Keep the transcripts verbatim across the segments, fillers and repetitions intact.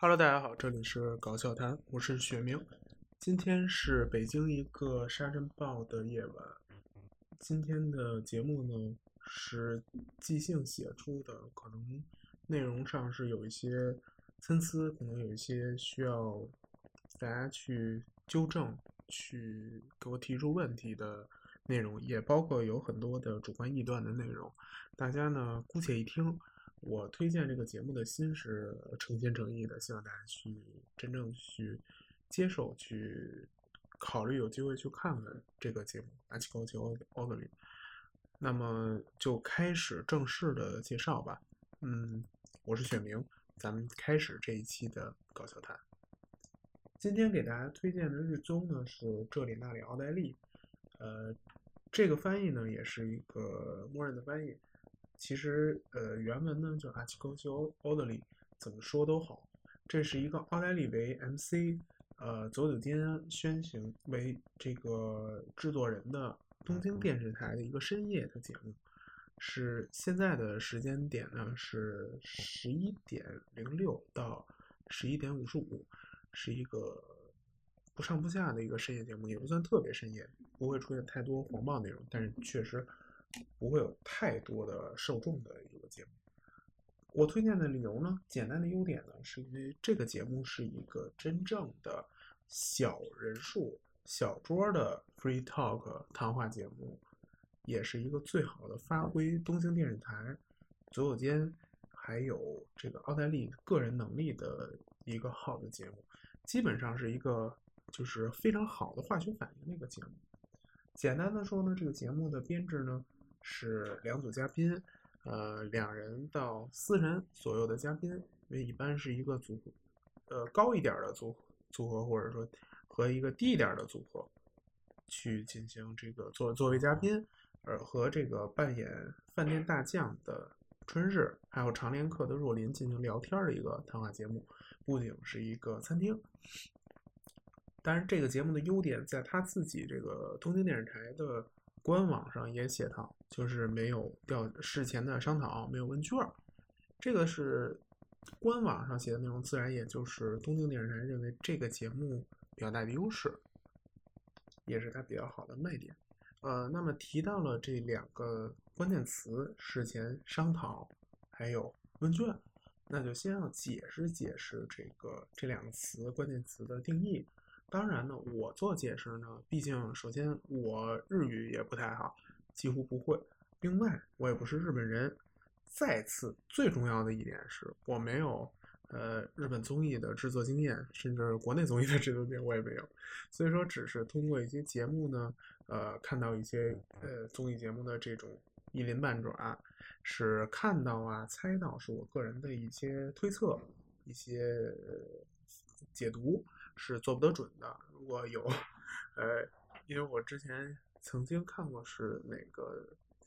Hello，大家好，这里是搞笑谈，我是雪明。今天是北京一个沙尘暴的夜晚。今天的节目呢是即兴写出的，可能内容上是有一些参差，可能有一些需要大家去纠正，去给我提出问题的内容，也包括有很多的主观臆断的内容。大家呢姑且一听。我推荐这个节目的心是诚心诚意的，希望大家去真正去接受，去考虑有机会去看看这个节目《阿奇高奇奥德里》。那么就开始正式的介绍吧。嗯，我是雪明，咱们开始这一期的搞笑谈。今天给大家推荐的日综呢是这里那里奥黛丽，呃，这个翻译呢也是一个默认的翻译。其实，呃，原文呢叫阿奇高西奥德里，怎么说都好。这是一个奥黛丽为 M C， 呃，佐久间宣行为这个制作人的东京电视台的一个深夜的节目。是现在的时间点呢是十一点零六到十一点五十五，是一个不上不下的一个深夜节目，也不算特别深夜，不会出现太多黄暴内容，但是确实不会有太多的受众的一个节目。我推荐的理由呢，简单的优点呢，是因为这个节目是一个真正的小人数、小桌的 free talk 谈话节目，也是一个最好的发挥东京电视台佐久间还有这个奥黛丽个人能力的一个好的节目，基本上是一个就是非常好的化学反应的一个节目。简单的说呢，这个节目的编制呢是两组嘉宾，呃，两人到四人左右的嘉宾，因为一般是一个组合，呃，高一点的组组合，或者说和一个低一点的组合去进行这个作作为嘉宾，呃，和这个扮演饭店大将的春日，还有常连客的若琳进行聊天的一个谈话节目，布景是一个餐厅。当然，这个节目的优点在他自己这个东京电视台的官网上也写到，就是没有调事前的商讨，没有问卷。这个是官网上写的内容，自然也就是东京电视台认为这个节目比较大的优势，也是它比较好的卖点。呃，那么提到了这两个关键词：事前商讨，还有问卷，那就先要解释解释这个这两个词关键词的定义。当然呢，我做解释呢，毕竟首先我日语也不太好，几乎不会。另外，我也不是日本人。再次，最重要的一点是我没有呃日本综艺的制作经验，甚至国内综艺的制作经验我也没有。所以说，只是通过一些节目呢，呃，看到一些呃综艺节目的这种一鳞半爪，是看到啊、猜到，是我个人的一些推测、一些、呃、解读。是做不得准的。如果有，呃，因为我之前曾经看过是那个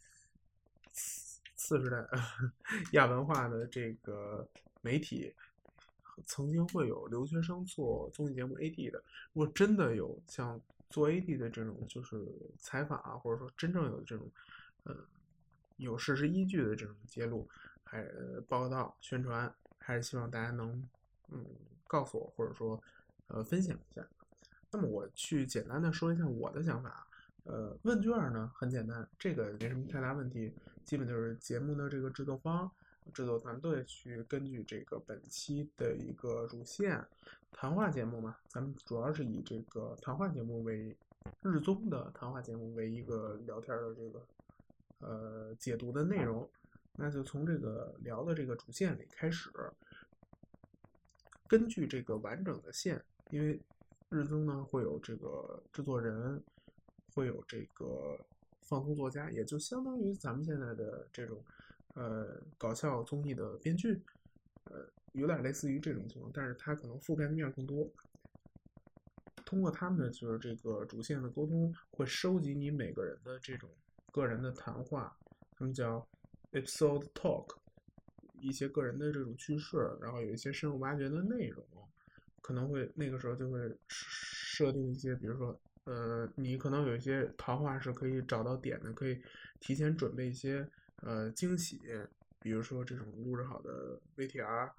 次时代亚文化的这个媒体，曾经会有留学生做综艺节目 A D 的。如果真的有像做 A D 的这种就是采访啊，或者说真正有这种呃有事实依据的这种揭露，还、呃、报道宣传，还是希望大家能嗯告诉我，或者说呃，分享一下。那么我去简单的说一下我的想法。呃，问卷呢很简单，这个没什么太大问题，基本就是节目的这个制作方、制作团队去根据这个本期的一个主线，谈话节目嘛，咱们主要是以这个谈话节目为日综的谈话节目为一个聊天的这个呃解读的内容，那就从这个聊的这个主线里开始。根据这个完整的线，因为日综呢会有这个制作人，会有这个放松作家，也就相当于咱们现在的这种呃搞笑综艺的编剧，呃有点类似于这种情况，但是它可能覆盖的面更多。通过他们的就是这个主线的沟通，会收集你每个人的这种个人的谈话，他们叫 episode talk。一些个人的这种趋势，然后有一些深入挖掘的内容，可能会那个时候就会设定一些，比如说，呃，你可能有一些谈话是可以找到点的，可以提前准备一些呃惊喜，比如说这种录制好的 V T R，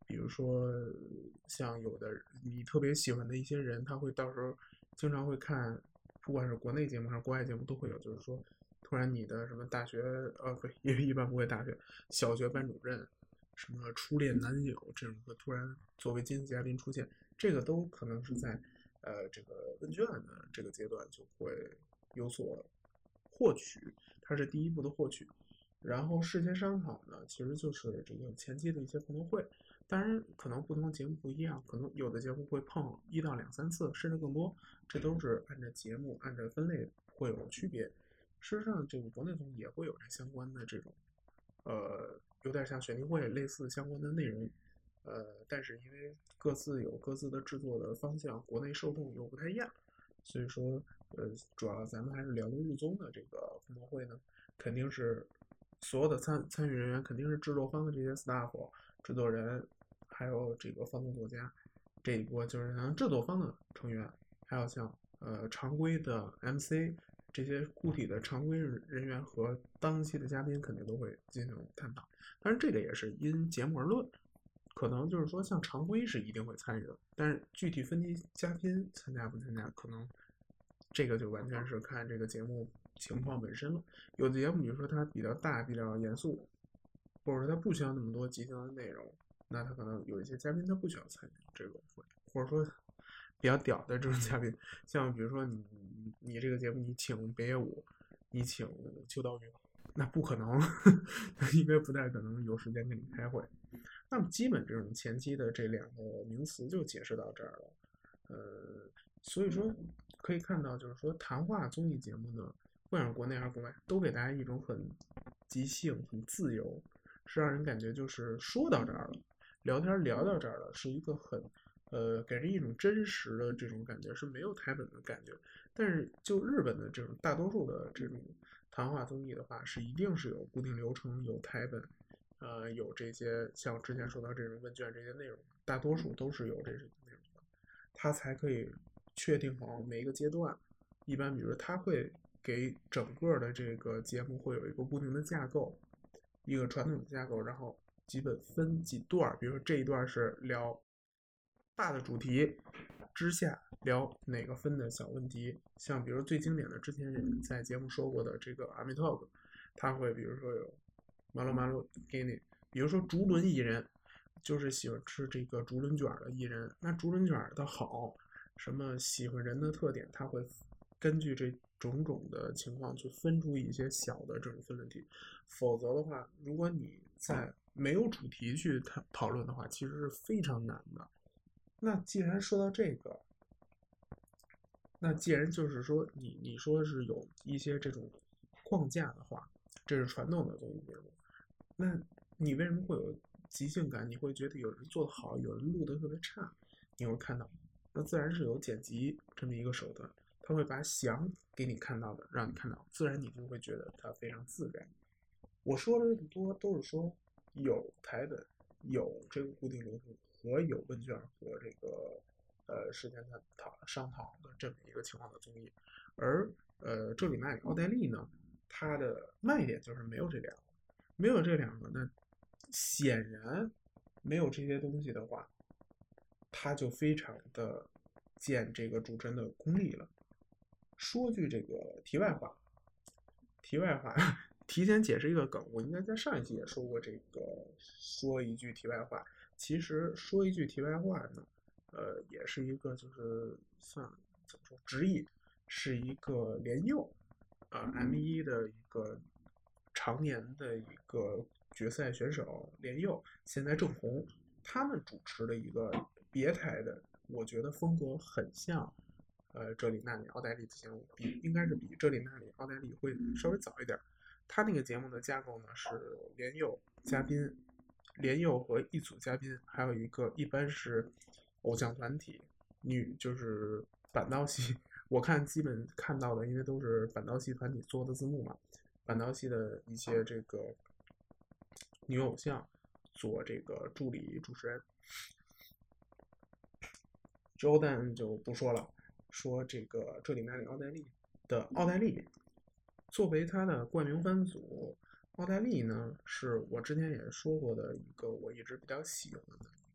比如说像有的你特别喜欢的一些人，他会到时候经常会看，不管是国内节目还是国外节目都会有，就是说突然你的什么大学呃不一一般不会大学小学班主任，什么初恋男友这种会突然作为惊喜嘉宾出现，这个都可能是在呃这个问卷的这个阶段就会有所获取，它是第一步的获取。然后事前商讨呢，其实就是这个前期的一些碰头会。当然，可能不同节目不一样，可能有的节目会碰一到两三次，甚至更多，这都是按照节目、按照分类会有区别。事实上，这个国内综艺也会有这相关的这种，呃，有点像选题会类似相关的内容，呃，但是因为各自有各自的制作的方向，国内受众又不太一样，所以说，呃，主要咱们还是聊的日综的这个碰头会呢，肯定是所有的参参与人员肯定是制作方的这些 staff、制作人，还有这个放送作家这一波就是像制作方的成员，还有像呃常规的 M C 这些固体的常规人员和当期的嘉宾肯定都会进行探讨。当然这个也是因节目而论，可能就是说像常规是一定会参与的，但是具体分级嘉宾参加不参加，可能这个就完全是看这个节目情况本身了。有的节目比如说它比较大、比较严肃，或者说它不需要那么多即兴的内容，那他可能有一些嘉宾他不需要参与这个会，或者说比较屌的这种嘉宾，像比如说你你这个节目你请北野武，你请秋刀鱼，那不可能，因为不太可能有时间跟你开会。那么基本这种前期的这两个名词就解释到这儿了，呃，所以说可以看到，就是说谈话综艺节目呢，不管是国内还是国外，都给大家一种很即兴、很自由，是让人感觉就是说到这儿了，聊天聊到这儿了，是一个很呃给人一种真实的这种感觉，是没有台本的感觉。但是就日本的这种大多数的这种谈话综艺的话，是一定是有固定流程、有台本。呃，有这些像之前说到这种问卷这些内容，大多数都是有这些内容的，它才可以确定好每一个阶段。一般比如它会给整个的这个节目会有一个固定的架构，一个传统的架构，然后基本分几段，比如说这一段是聊大的主题，之下聊哪个分的小问题，像比如最经典的之前在节目说过的这个阿米 talk， 它会比如说有马路马路给你，比如说竹轮艺人，就是喜欢吃这个竹轮卷的艺人，那竹轮卷的好，什么喜欢人的特点，他会根据这种种的情况去分出一些小的这种分问题。否则的话，如果你在没有主题去讨讨论的话，其实是非常难的。那既然说到这个，那既然就是说你你说是有一些这种框架的话，这是传统的综艺节目，那你为什么会有即兴感？你会觉得有人做得好，有人录得特别差，你会看到，那自然是有剪辑这么一个手段，他会把想给你看到的让你看到，自然你就会觉得它非常自然。我说的这么多都是说有台本，有这个固定流程和有问卷和这个呃事前探讨商讨的这么一个情况的综艺，而呃这里麦奥黛丽呢，它的卖点就是没有这两个，没有这两个，那显然没有这些东西的话，他就非常的见这个主持人的功力了。说句这个题外话，题外话，提前解释一个梗，我应该在上一期也说过这个，说一句题外话。其实说一句题外话呢，呃，也是一个就是算怎么说直译，是一个联佑啊、呃、M 一的一个常年的一个决赛选手联佑，现在正红，他们主持的一个别台的，我觉得风格很像。呃，这里那里奥黛丽的节目比应该是比这里那里奥黛丽会稍微早一点。他那个节目的架构呢是连友嘉宾，连友和一组嘉宾，还有一个一般是偶像团体，女就是板道系。我看基本看到的，因为都是板道系团体做的字幕嘛，板道系的一些这个女偶像做这个助理主持人。Jordan 就不说了。说这个这里那里奥黛丽的奥黛丽作为他的冠名番组，奥黛丽呢是我之前也说过的一个我一直比较喜欢的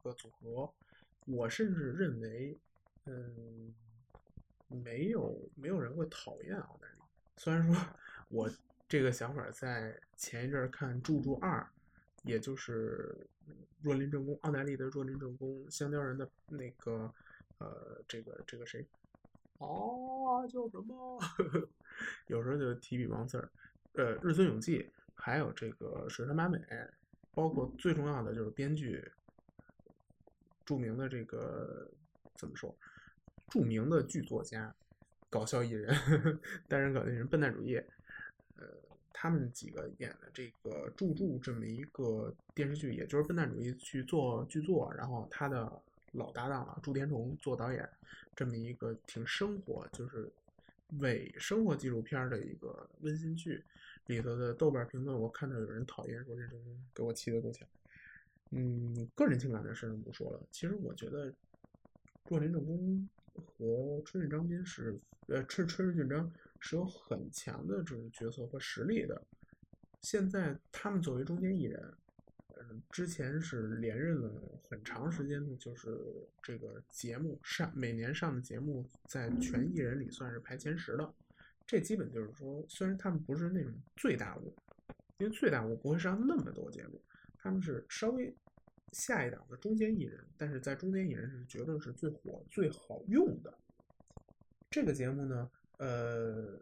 个组合。我甚至认为，嗯，没有没有人会讨厌奥黛丽。虽然说我这个想法在前一阵看《柱柱二》，也就是若林正宫奥黛丽的若林正宫香蕉人的那个呃这个这个谁哦叫什么？有时候就提笔忘字儿。呃，日村永纪，还有这个水川麻美，包括最重要的就是编剧，著名的这个怎么说？著名的剧作家，搞笑艺人，单人搞笑艺人，笨蛋主义，呃，他们几个演的这个《柱柱》这么一个电视剧，也就是笨蛋主义去做剧作，然后他的老搭档啊朱天虫做导演，这么一个挺生活，就是伪生活纪录片的一个温馨剧。里头的豆瓣评论，我看到有人讨厌说这种给我气得够呛。嗯，个人情感的事不说了。其实我觉得若林正宫和春日章斌是，呃，春春日俊章是有很强的这种角色和实力的。现在他们作为中间艺人，嗯，之前是连任了很长时间的，就是这个节目上每年上的节目，在全艺人里算是排前十的。这基本就是说，虽然他们不是那种最大物，因为最大物不会上那么多节目，他们是稍微下一档的中间艺人，但是在中间艺人是绝对是最火、最好用的。这个节目呢，呃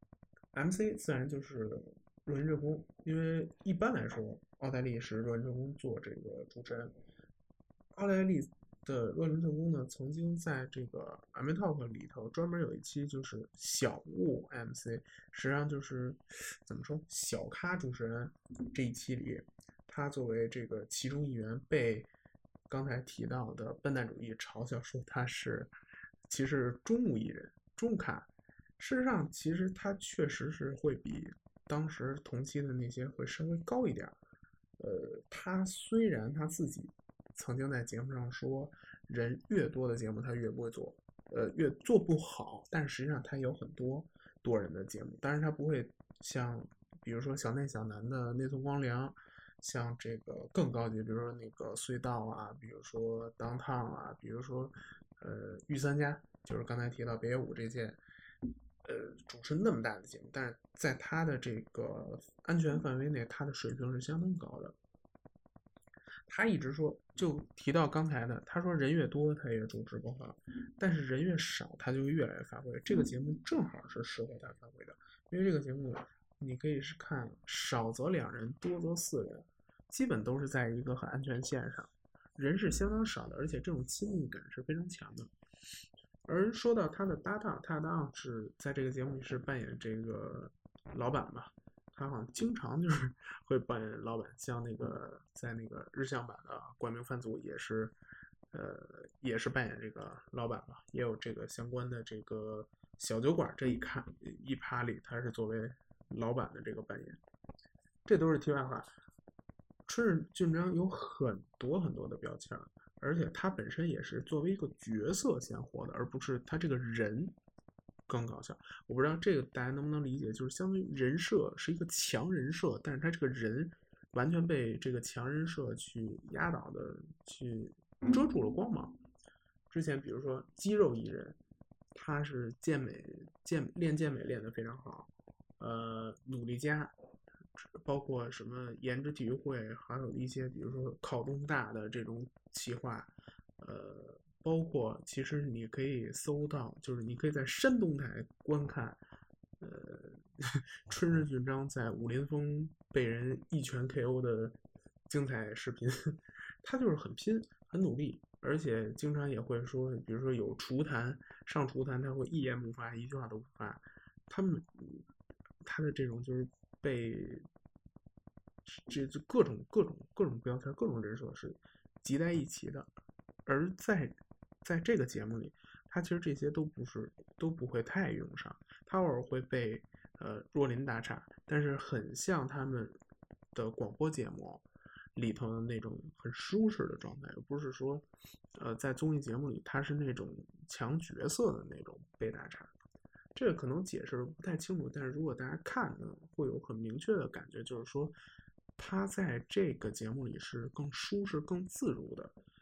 ，M C 自然就是若林正宫，因为一般来说，奥黛丽是若林正宫做这个主持人。奥黛丽的若林正宫呢，曾经在这个 Amen Talk 里头专门有一期就是小物 M C， 实际上就是怎么说小咖主持人。这一期里，他作为这个其中一员，被刚才提到的笨蛋主义嘲笑说他是其实中物艺人、中咖。事实上，其实他确实是会比当时同期的那些会稍微高一点。呃，他虽然他自己曾经在节目上说，人越多的节目他越不会做，呃，越做不好。但实际上他有很多多人的节目，但是他不会像比如说小内小南的内村光良，像这个更高级，比如说那个隧道啊，比如说 Downtown 啊，比如说呃御三家，就是刚才提到北野武这届。呃，主持那么大的节目，但是在他的这个安全范围内，他的水平是相当高的。他一直说，就提到刚才的，他说人越多他也主持不好，但是人越少他就越来越发挥。这个节目正好是适合他发挥的，因为这个节目你可以是看少则两人，多则四人，基本都是在一个很安全线上，人是相当少的，而且这种亲密感是非常强的。而说到他的搭档，他的搭档是在这个节目里是扮演这个老板吧，他好像经常就是会扮演老板，像那个在那个日向版的《冠名番组》也是，呃，也是扮演这个老板吧，也有这个相关的这个小酒馆这一看一趴里，他是作为老板的这个扮演。这都是题外话。春日俊章有很多很多的标签，而且他本身也是作为一个角色先火的，而不是他这个人更搞笑。我不知道这个大家能不能理解，就是相当于人设是一个强人设，但是他这个人完全被这个强人设去压倒的，去遮住了光芒。之前比如说肌肉艺人，他是健美健练健美练得非常好，呃，努力家。包括什么颜值体育会，还有一些比如说考东大的这种企划，呃，包括其实你可以搜到，就是你可以在山东台观看，呃，春日俊章在武林风被人一拳 K O 的精彩视频。他就是很拼，很努力，而且经常也会说，比如说有厨谈，上厨谈他会一言不发，一句话都不发。他们他的这种就是被这这各种各种各种标签、各种人设是集在一起的。而在在这个节目里，他其实这些都不是都不会太用上，他偶尔会被呃若林打岔，但是很像他们的广播节目里头的那种很舒适的状态，不是说呃在综艺节目里他是那种强角色的那种被打岔。这个可能解释不太清楚，但是如果大家看呢，会有很明确的感觉，就是说他在这个节目里是更舒适、更自如的。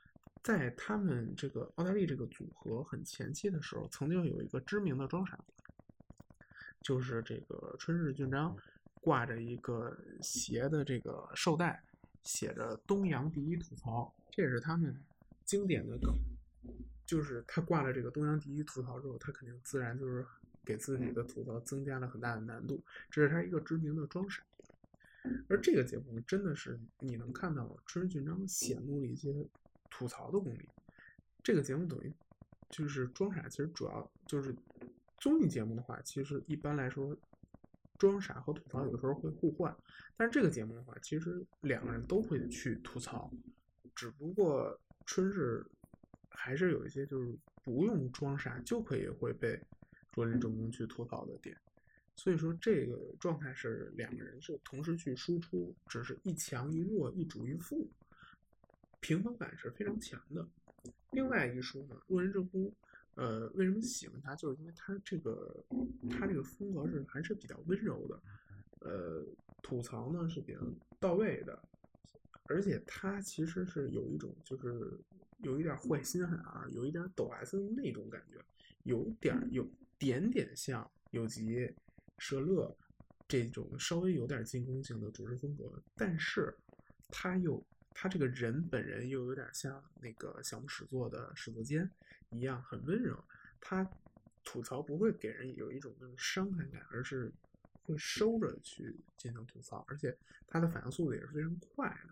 在他们这个奥黛丽这个组合很前期的时候，曾经有一个知名的装傻，就是这个春日俊章挂着一个斜的这个绶带，写着东洋第一吐槽，这也是他们经典的梗。就是他挂了这个东洋第一吐槽之后，他肯定自然就是给自己的吐槽增加了很大的难度，这是他一个知名的装傻。而这个节目真的是你能看到春日俊章显露了一些吐槽的功力。这个节目等于就是装傻，其实主要就是综艺节目的话，其实一般来说装傻和吐槽有时候会互换，但是这个节目的话，其实两个人都会去吐槽，只不过春日还是有一些就是不用装傻就可以会被卓林正宫去吐槽的点，所以说这个状态是两个人是同时去输出，只是一强一弱，一主一负，平衡感是非常强的。另外一说呢，若林正宫，呃，为什么喜欢他，就是因为他这个他这个风格是还是比较温柔的，呃，吐槽呢是比较到位的，而且他其实是有一种就是有一点坏心狠啊，有一点抖 S 的那种感觉，有点有点点像有吉舍乐这种稍微有点进攻性的主持风格，但是他又他这个人本人又有点像那个小木始作的始作坚一样很温柔，他吐槽不会给人有一种那种伤害感，而是会收着去进行吐槽，而且他的反应速度也是非常快的。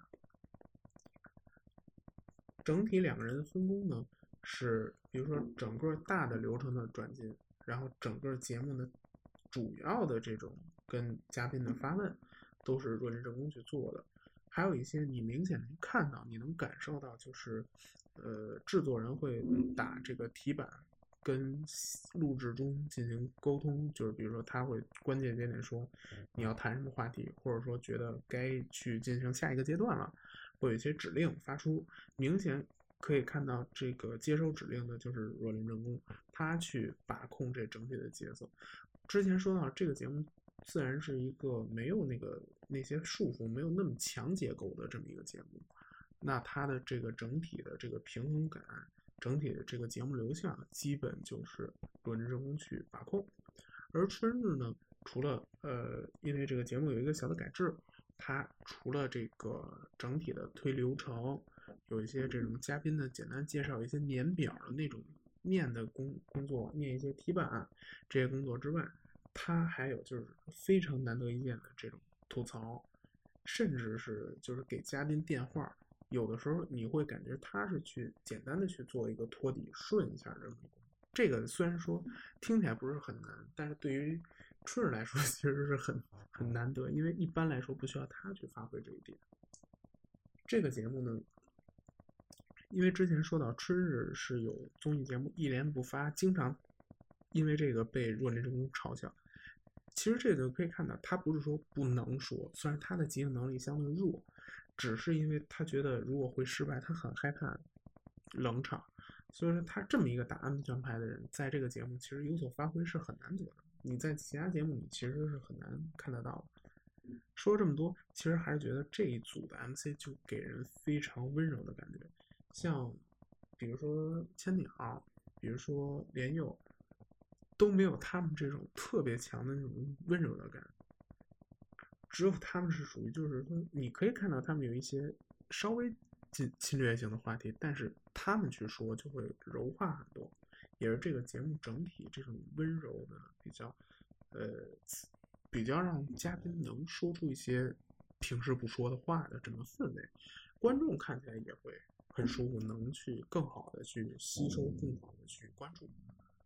整体两个人的分工呢是，比如说整个大的流程的转进，然后整个节目的主要的这种跟嘉宾的发问都是若林正宫去做的。还有一些你明显能看到，你能感受到，就是呃制作人会打这个题板跟录制中进行沟通，就是比如说他会关键节点说你要谈什么话题，或者说觉得该去进行下一个阶段了，会有一些指令发出，明显可以看到这个接收指令的就是若林正宫，他去把控这整体的节奏。之前说到这个节目自然是一个没有那个那些束缚，没有那么强结构的这么一个节目，那它的这个整体的这个平衡感，整体的这个节目流向，基本就是若林正宫去把控。而春日呢，除了呃，因为这个节目有一个小的改制，它除了这个整体的推流程，有一些这种嘉宾的简单介绍，一些念表的那种念的工工作，念一些题板这些工作之外，他还有就是非常难得一见的这种吐槽，甚至是就是给嘉宾电话，有的时候你会感觉他是去简单的去做一个托底顺一下这么一个，这个虽然说听起来不是很难，但是对于春日来说其实是很很难得，因为一般来说不需要他去发挥这一点。这个节目呢，因为之前说到春日是有综艺节目一连不发，经常因为这个被若林正宫嘲笑。其实这个可以看到，他不是说不能说，虽然他的即兴能力相对弱，只是因为他觉得如果会失败，他很害怕冷场，所以说他这么一个打安全牌的人，在这个节目其实有所发挥是很难得的，你在其他节目里其实是很难看得到的。说这么多，其实还是觉得这一组的 M C 就给人非常温柔的感觉，像比如说千鸟，比如说莲佑，都没有他们这种特别强的那种温柔的感，只有他们是属于就是说你可以看到他们有一些稍微侵侵略性的话题，但是他们去说就会柔化很多，也是这个节目整体这种温柔的比较呃比较让嘉宾能说出一些平时不说的话的这么氛围，观众看起来也会很舒服，能去更好的去吸收，更好的去关注。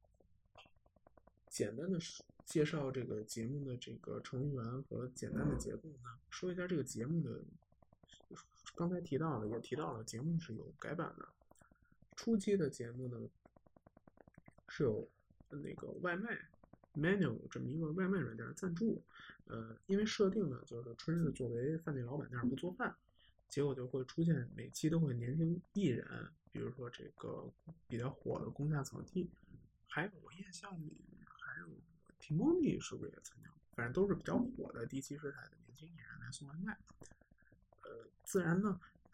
简单的介绍这个节目的这个成员和简单的结构呢，说一下这个节目的，刚才提到了，也提到了，节目是有改版的。初期的节目呢是有那个外卖 menu 这么一个外卖软件赞助，呃，因为设定呢就是春日作为饭店老板，但是不做饭，结果就会出现每期都会年轻艺人，比如说这个比较火的宫下草荠，还有夜校里，还有停工里是不是也参加？反正都是比较火的第七世代的年轻艺人来送外卖。呃，自然呢，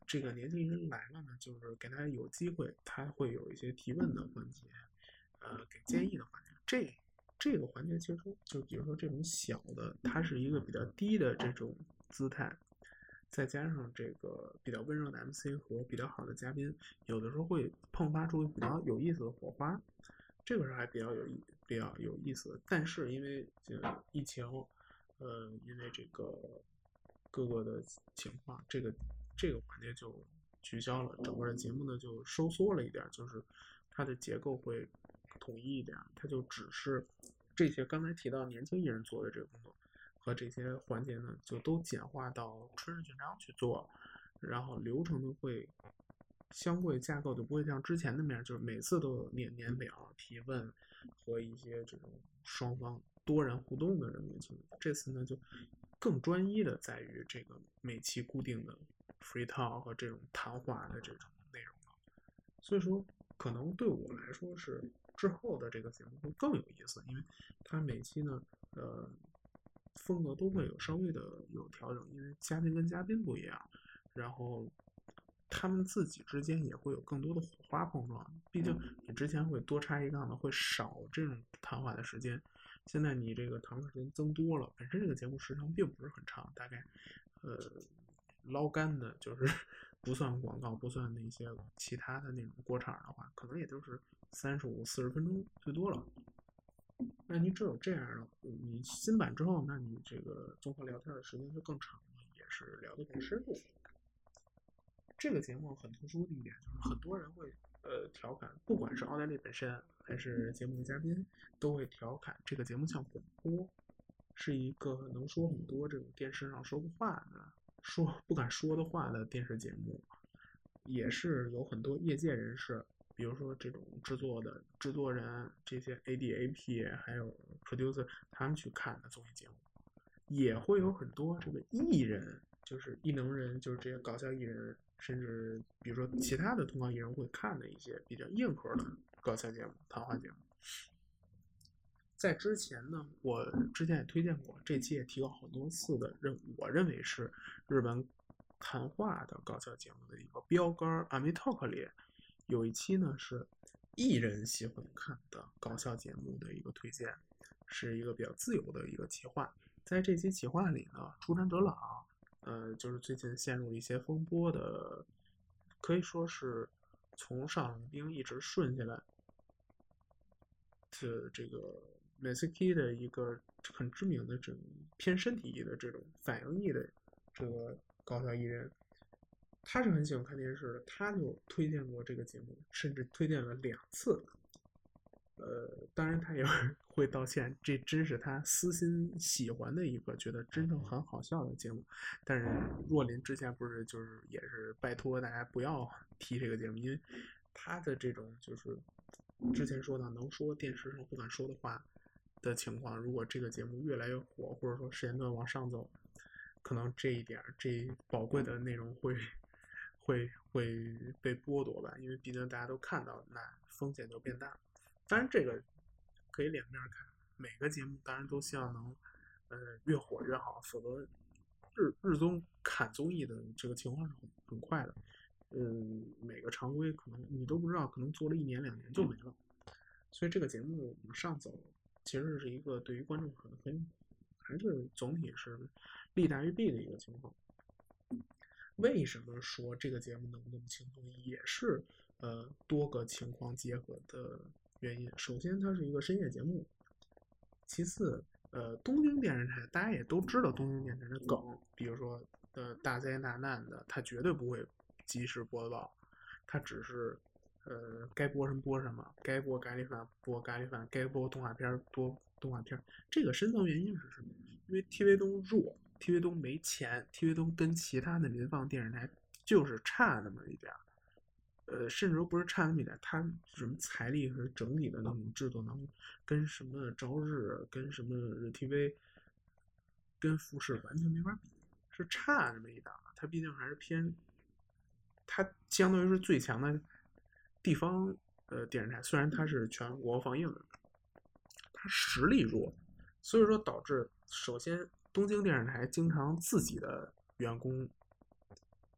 这个年轻人来了呢，就是给他有机会，他会有一些提问的环节，呃，给建议的环节。这这个环节其实就比如说这种小的，它是一个比较低的这种姿态，再加上这个比较温柔的 M C 和比较好的嘉宾，有的时候会迸发出比较有意思的火花，这个是还比较有意比较有意思的。但是因为这个疫情，呃，因为这个各个的情况，这个这个环节就取消了，整个的节目呢就收缩了一点，就是它的结构会统一一点，它就只是这些刚才提到年轻艺人做的这个工作和这些环节呢，就都简化到春日俊章去做，然后流程呢会相对架构就不会像之前那样，就是每次都有年年表提问和一些这种双方多人互动的人面前，这次呢就更专一的在于这个每期固定的 free talk 和这种谈话的这种内容了。所以说，可能对我来说是之后的这个节目会更有意思，因为它每期呢，呃，风格都会有稍微的有调整，因为嘉宾跟嘉宾不一样，然后他们自己之间也会有更多的火花碰撞。毕竟你之前会多插一杠的，会少这种谈话的时间。现在你这个谈话时间增多了，本身这个节目时长并不是很长，大概呃捞干的，就是不算广告，不算那些其他的那种过场的话，可能也就是三十五、四十分钟最多了。那你只有这样的，你新版之后，那你这个综合聊天的时间就更长了，也是聊得更深入。这个节目很特殊的一点就是很多人会呃调侃，不管是奥黛丽本身还是节目的嘉宾，都会调侃这个节目像广播，是一个能说很多这种电视上说不话的、说不敢说的话的电视节目，也是有很多业界人士，比如说这种制作的制作人、这些 A D A P 还有 producer 他们去看的综艺节目，也会有很多这个艺人，就是艺能人，就是这些搞笑艺人，甚至比如说其他的通告艺人会看的一些比较硬核的搞笑节目、谈话节目。在之前呢，我之前也推荐过，这期也提过好多次的，认我认为是日本谈话的搞笑节目的一个标杆。《Ami Talk》里有一期呢是艺人喜欢看的搞笑节目的一个推荐，是一个比较自由的一个企划。在这期企划里呢，出山哲朗，呃，就是最近陷入一些风波的，可以说是从上冷兵一直顺下来，这这个 M C K 的一个很知名的这种偏身体艺的这种反应艺的这个搞笑艺人，他是很喜欢看电视，他就推荐过这个节目，甚至推荐了两次。呃，当然他也会道歉，这真是他私心喜欢的一个觉得真正很好笑的节目。但是若琳之前不是就是也是拜托大家不要提这个节目，因为他的这种就是之前说到能说电视上不敢说的话的情况，如果这个节目越来越火，或者说时间段往上走，可能这一点这宝贵的内容会会会被剥夺吧，因为毕竟大家都看到，那风险就变大。当然这个可以两面看，每个节目当然都希望能呃越火越好，否则日日综砍综艺的这个情况是很很快的。嗯，每个常规可能你都不知道，可能做了一年两年就没了。所以这个节目往上走，其实是一个对于观众很很还是总体是利大于弊的一个情况。为什么说这个节目能不能轻松，也是呃多个情况结合的原因。首先，它是一个深夜节目；其次，呃，东京电视台大家也都知道东京电视台的梗，比如说呃大灾大难的，它绝对不会及时播报，它只是呃该播什么播什么，该播咖喱饭播咖喱饭，该播动画片播动画片。这个深层原因是什么？因为 T V 东弱。T V 东没钱 ，T V 东跟其他的民放电视台就是差那么一点，呃，甚至都不是差那么一点，它什么财力和整体的那种制作能力，跟什么朝日、跟什么日 T V、跟富士完全没法比，是差那么一档。它毕竟还是偏，它相当于是最强的地方呃电视台，虽然它是全国放映的，它实力弱，所以说导致首先。东京电视台经常自己的员工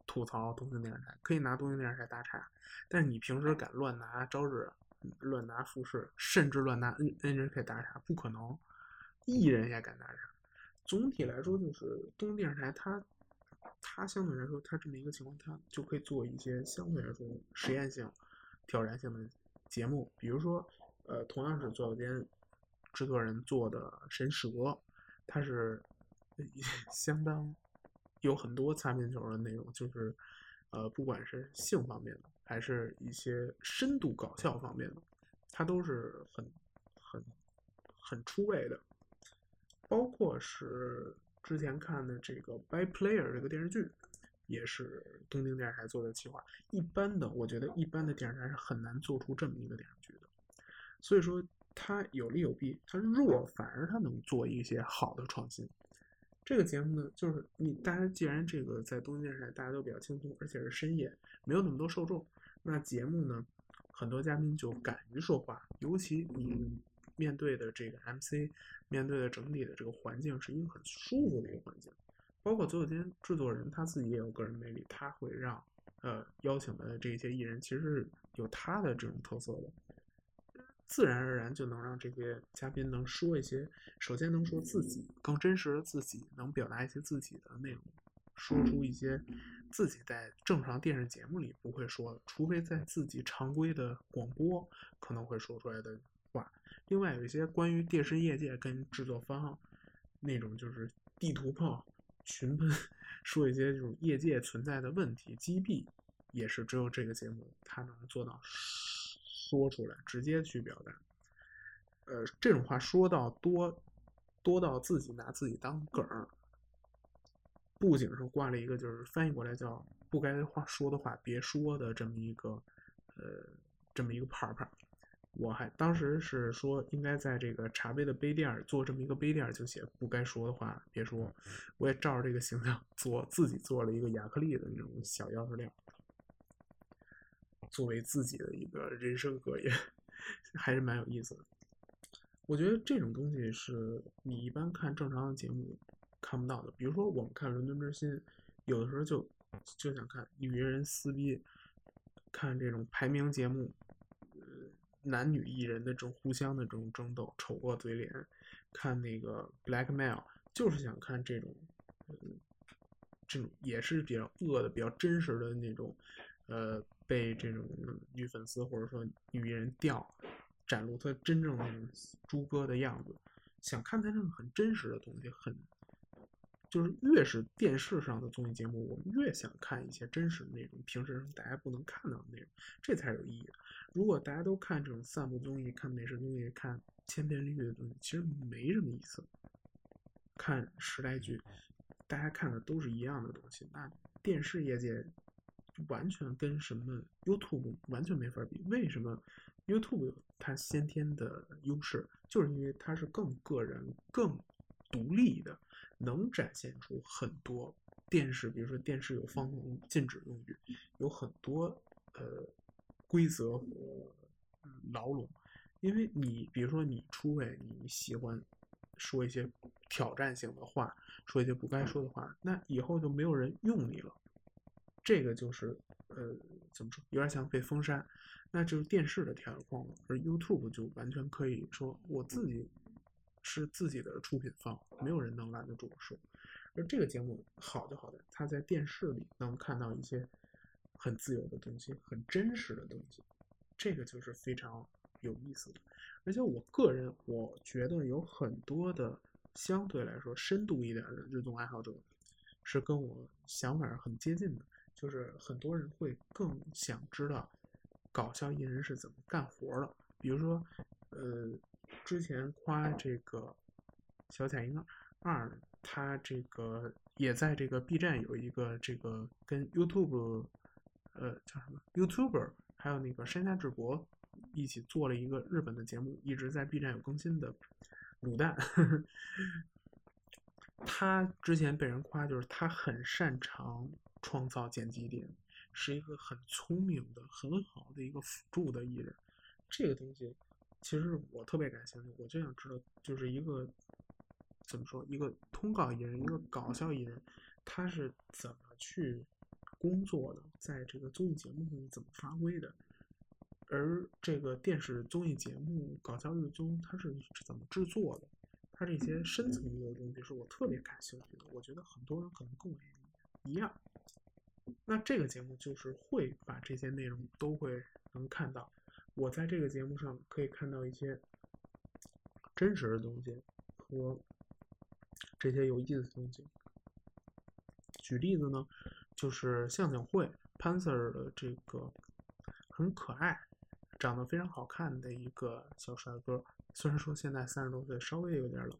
吐槽东京电视台，可以拿东京电视台打岔，但是你平时敢乱拿朝日、乱拿富士，甚至乱拿 N N H K 打岔，不可能。艺人也敢打岔。总体来说，就是东京电视台它，它相对来说，它这么一个情况，它就可以做一些相对来说实验性、挑战性的节目，比如说，呃，同样是左小间制作人做的《神蛇》，它是相当有很多擦边球的内容，就是呃，不管是性方面的，还是一些深度搞笑方面的，它都是很很很出位的。包括是之前看的这个《By Player》这个电视剧，也是东京电视台做的企划。一般的，我觉得一般的电视台是很难做出这么一个电视剧的。所以说，它有利有弊，它弱反而它能做一些好的创新。这个节目呢，就是你大家既然这个在东京电视台大家都比较轻松，而且是深夜，没有那么多受众，那节目呢，很多嘉宾就敢于说话，尤其你面对的这个 M C， 面对的整体的这个环境是一个很舒服的一个环境。包括左小间制作人他自己也有个人魅力，他会让呃邀请的这些艺人其实是有他的这种特色的。自然而然就能让这些嘉宾能说一些，首先能说自己更真实的自己，能表达一些自己的内容，说出一些自己在正常电视节目里不会说的，除非在自己常规的广播可能会说出来的话。另外有一些关于电视业界跟制作方那种就是地图炮群喷，说一些这种业界存在的问题击毙，也是只有这个节目它能做到说出来，直接去表达。呃，这种话说到多多到自己拿自己当梗儿，布景上挂了一个就是翻译过来叫不该话说的话别说的这么一个呃这么一个牌牌。我还当时是说应该在这个茶杯的杯垫做这么一个杯垫，就写不该说的话别说。我也照着这个形象做，自己做了一个亚克力的那种小钥匙链，作为自己的一个人生格言，还是蛮有意思的。我觉得这种东西是你一般看正常的节目看不到的。比如说我们看《伦敦之心》，有的时候就就想看女人撕逼，看这种排名节目，呃，男女艺人的这种互相的这种争斗，丑过嘴脸，看那个 Blackmail， 就是想看这种，呃，这种也是比较恶的、比较真实的那种，呃，被这种女粉丝或者说女艺人钓。展露他真正的猪哥的样子，想看他这种很真实的东西，很就是越是电视上的综艺节目，我们越想看一些真实的内容，平时大家不能看到的内容，这才是有意义的。如果大家都看这种散步综艺、看美食综艺、看千篇一律的东西，其实没什么意思。看时代剧，大家看的都是一样的东西，那电视业界完全跟什么 YouTube 完全没法比。为什么 YouTube 有它先天的优势？就是因为它是更个人、更独立的，能展现出很多电视，比如说电视有放纵禁止用语，有很多呃规则和、嗯、牢笼。因为你比如说你出位，你喜欢说一些挑战性的话，说一些不该说的话，那以后就没有人用你了。这个就是呃怎么说，有点像被封杀，那就是电视的条框了。而 YouTube 就完全可以说我自己是自己的出品方，没有人能拦得住我说。而这个节目好就好在它在电视里能看到一些很自由的东西，很真实的东西，这个就是非常有意思的。而且我个人我觉得有很多的相对来说深度一点的日综爱好者是跟我想法很接近的，就是很多人会更想知道搞笑艺人是怎么干活的。比如说呃之前夸这个小彩婴二，他这个也在这个 B 站有一个这个跟 YouTube 呃叫什么 YouTuber 还有那个山下智博一起做了一个日本的节目，一直在 B 站有更新的卤蛋。他之前被人夸就是他很擅长创造剪辑点，是一个很聪明的很好的一个辅助的艺人。这个东西其实我特别感兴趣，我就想知道就是一个怎么说，一个通告艺人，一个搞笑艺人，他是怎么去工作的，在这个综艺节目中怎么发挥的。而这个电视综艺节目搞笑日综它是怎么制作的，它这些深层次的东西是我特别感兴趣的，我觉得很多人可能跟我一样。那这个节目就是会把这些内容都会能看到，我在这个节目上可以看到一些真实的东西和这些有意思的东西。举例子呢，就是向向会潘 Sir 的这个很可爱长得非常好看的一个小帅哥，虽然说现在三十多岁稍微有点老，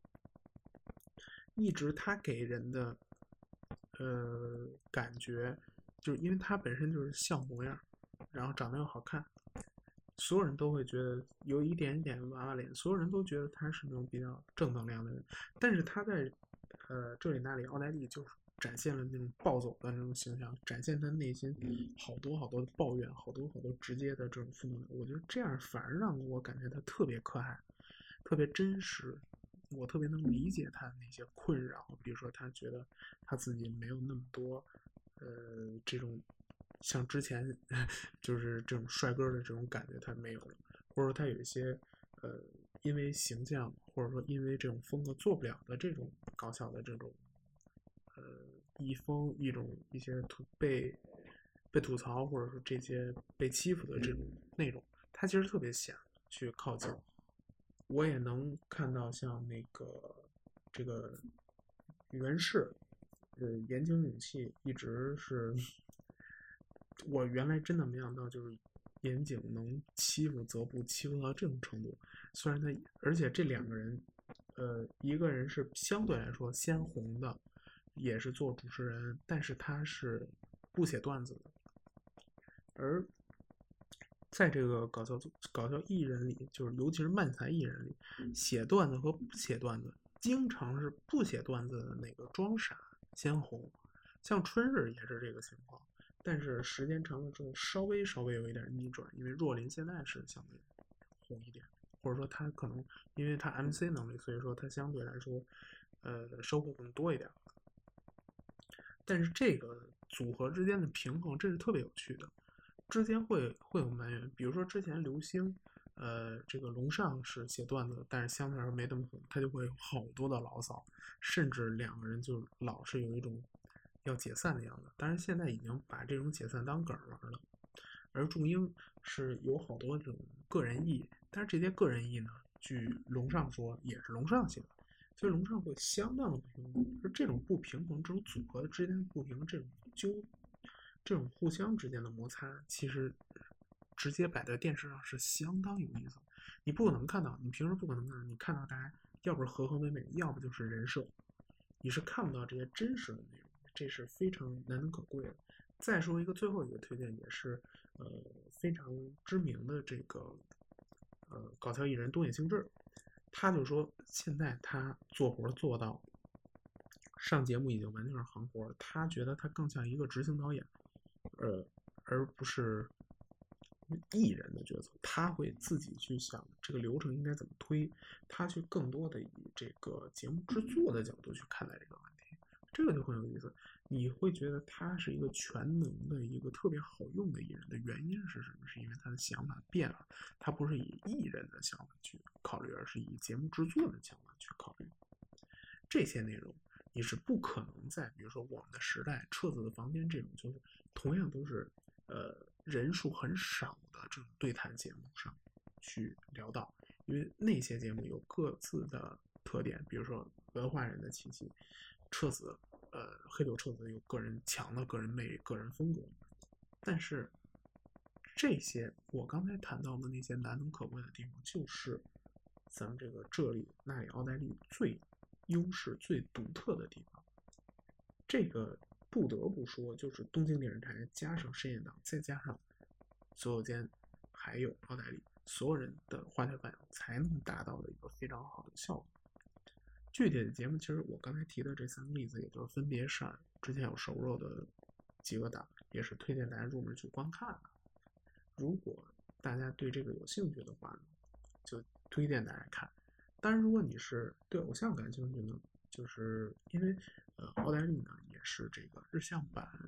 一直他给人的呃感觉就是因为他本身就是笑模样，然后长得又好看，所有人都会觉得有一点点娃娃脸，所有人都觉得他是那种比较正能量的人。但是他在呃这里那里奥黛丽就是展现了那种暴走的那种形象，展现他内心好多好多的抱怨，好多好多直接的这种负能量。我觉得这样反而让我感觉他特别可爱，特别真实，我特别能理解他的那些困扰。比如说他觉得他自己没有那么多呃这种像之前就是这种帅哥的这种感觉他没有了，或者说他有一些呃因为形象或者说因为这种风格做不了的这种搞笑的这种呃一风一种一些吐被被吐槽或者说这些被欺负的这种内容，他其实特别想去靠近。我也能看到像那个这个袁氏呃言情勇气一直是我原来真的没想到，就是岩井能欺负泽部欺负到这种程度。虽然他，而且这两个人，呃，一个人是相对来说先红的，也是做主持人，但是他是不写段子的。而在这个搞笑搞笑艺人里，就是尤其是漫才艺人里，写段子和不写段子，经常是不写段子的那个装傻先红。像春日也是这个情况。但是时间长了之后，稍微稍微有一点逆转，因为若琳现在是相对红一点，或者说他可能因为他 M C 能力，所以说他相对来说，呃，收获更多一点。但是这个组合之间的平衡，这是特别有趣的，之间会会有埋怨。比如说之前刘星，呃，这个龙尚是写段子，但是相对来说没那么红，他就会有好多的牢骚，甚至两个人就老是有一种要解散的样子。当然现在已经把这种解散当梗玩了。而仲英是有好多这种个人意，但是这些个人意呢，据龙尚说也是龙尚写的，所以龙尚会相当的不平衡。而这种不平衡，这种组合之间的不平衡，这种纠，这种互相之间的摩擦，其实直接摆在电视上是相当有意思。你不可能看到，你平时不可能看到，你看到大家要不是和和美美，要不就是人设，你是看不到这些真实的内容，这是非常难能可贵的。再说一个最后一个推荐，也是呃非常知名的这个呃搞笑艺人东野幸治，他就说现在他做活做到上节目已经完全是行活，他觉得他更像一个执行导演，呃而不是艺人的角色，他会自己去想这个流程应该怎么推，他去更多的以这个节目制作的角度去看待这个问题，这个就很有意思。你会觉得他是一个全能的一个特别好用的艺人的原因是什么？是因为他的想法变了，他不是以艺人的想法去考虑，而是以节目制作的想法去考虑。这些内容你是不可能在比如说我们的时代、彻子的房间这种就是同样都是呃人数很少的这种对谈节目上去聊到，因为那些节目有各自的特点，比如说文化人的气息，彻子呃黑柳彻子有个人强的个人魅力、个人风格，但是这些我刚才谈到的那些难能可贵的地方，就是咱们这个这里那里奥黛丽最优势、最独特的地方。这个不得不说，就是东京电视台加上深夜档，再加上所有间，还有奥黛丽，所有人的化学反应，才能达到的一个非常好的效果。具体的节目，其实我刚才提的这三个例子，也就是分别是之前有熟肉的几个档，也是推荐大家入门去观看的。如果大家对这个有兴趣的话呢，就推荐大家看。当然，如果你是对偶像感兴趣呢，就是因为呃奥黛丽呢也是这个日向版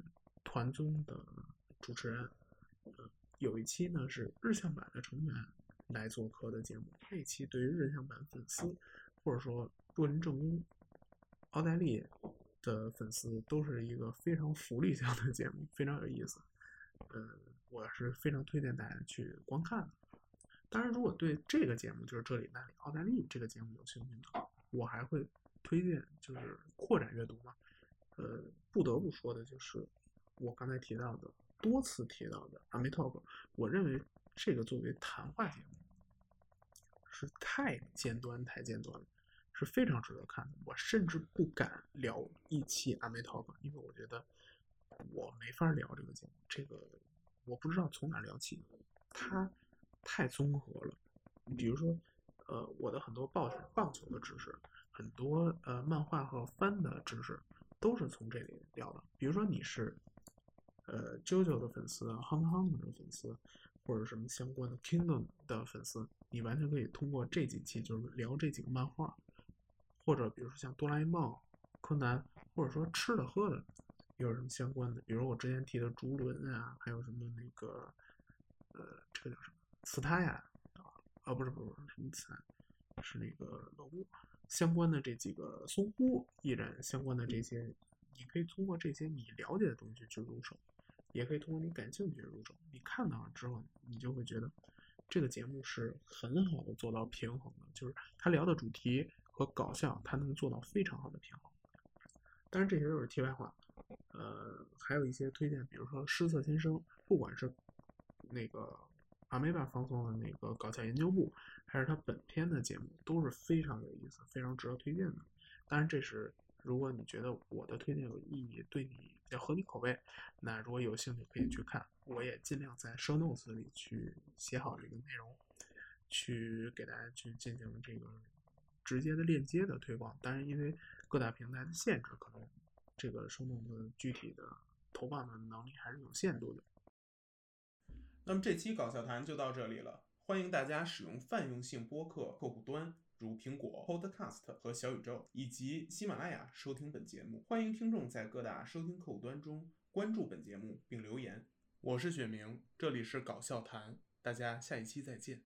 团综的主持人，呃，有一期呢是日向版的成员来做客的节目，那期对于日向版粉丝或者说多人正宫、奥黛丽的粉丝都是一个非常福利向的节目，非常有意思。呃，我是非常推荐大家去观看的。当然，如果对这个节目就是这里那里奥黛丽这个节目有兴趣的，我还会推荐就是扩展阅读嘛。呃，不得不说的就是我刚才提到的多次提到的 Amitalk， 我认为这个作为谈话节目是太尖端太尖端了，是非常值得看的。我甚至不敢聊一期 Amitalk， 因为我觉得我没法聊这个节目，这个我不知道从哪聊起，它太综合了。比如说，呃，我的很多棒棒球的知识，很多呃漫画和番的知识，都是从这里聊的。比如说你是呃 JoJo 的粉丝 ，Hunter Hunter 的粉丝，或者什么相关的 Kingdom 的粉丝，你完全可以通过这几期就是聊这几个漫画，或者比如说像哆啦 A 梦、柯南，或者说吃的喝的，有什么相关的，比如我之前提的竹轮啊，还有什么那个呃这个叫什么斯塔亚啊，啊不是不是什么词，是那个老木相关的这几个松屋艺人相关的这些，你可以通过这些你了解的东西去入手，也可以通过你感兴趣的入手。你看到了之后，你就会觉得这个节目是很好的做到平衡的，就是他聊的主题和搞笑，他能做到非常好的平衡。当然这些都是题外话。呃，还有一些推荐，比如说失色先生，不管是那个阿梅巴放送的那个搞笑研究部，还是他本片的节目，都是非常有意思，非常值得推荐的。当然，这是如果你觉得我的推荐有意义，对你比较合你口味，那如果有兴趣可以去看。我也尽量在 show notes 里去写好这个内容，去给大家去进行这个直接的链接的推广。当然，因为各大平台的限制，可能这个show notes 的具体的投放的能力还是有限度的。那么这期搞笑谈就到这里了，欢迎大家使用泛用性播客客户端，如苹果 Podcast 和小宇宙以及喜马拉雅收听本节目。欢迎听众在各大收听客户端中关注本节目并留言。我是雪明，这里是搞笑谈，大家下一期再见。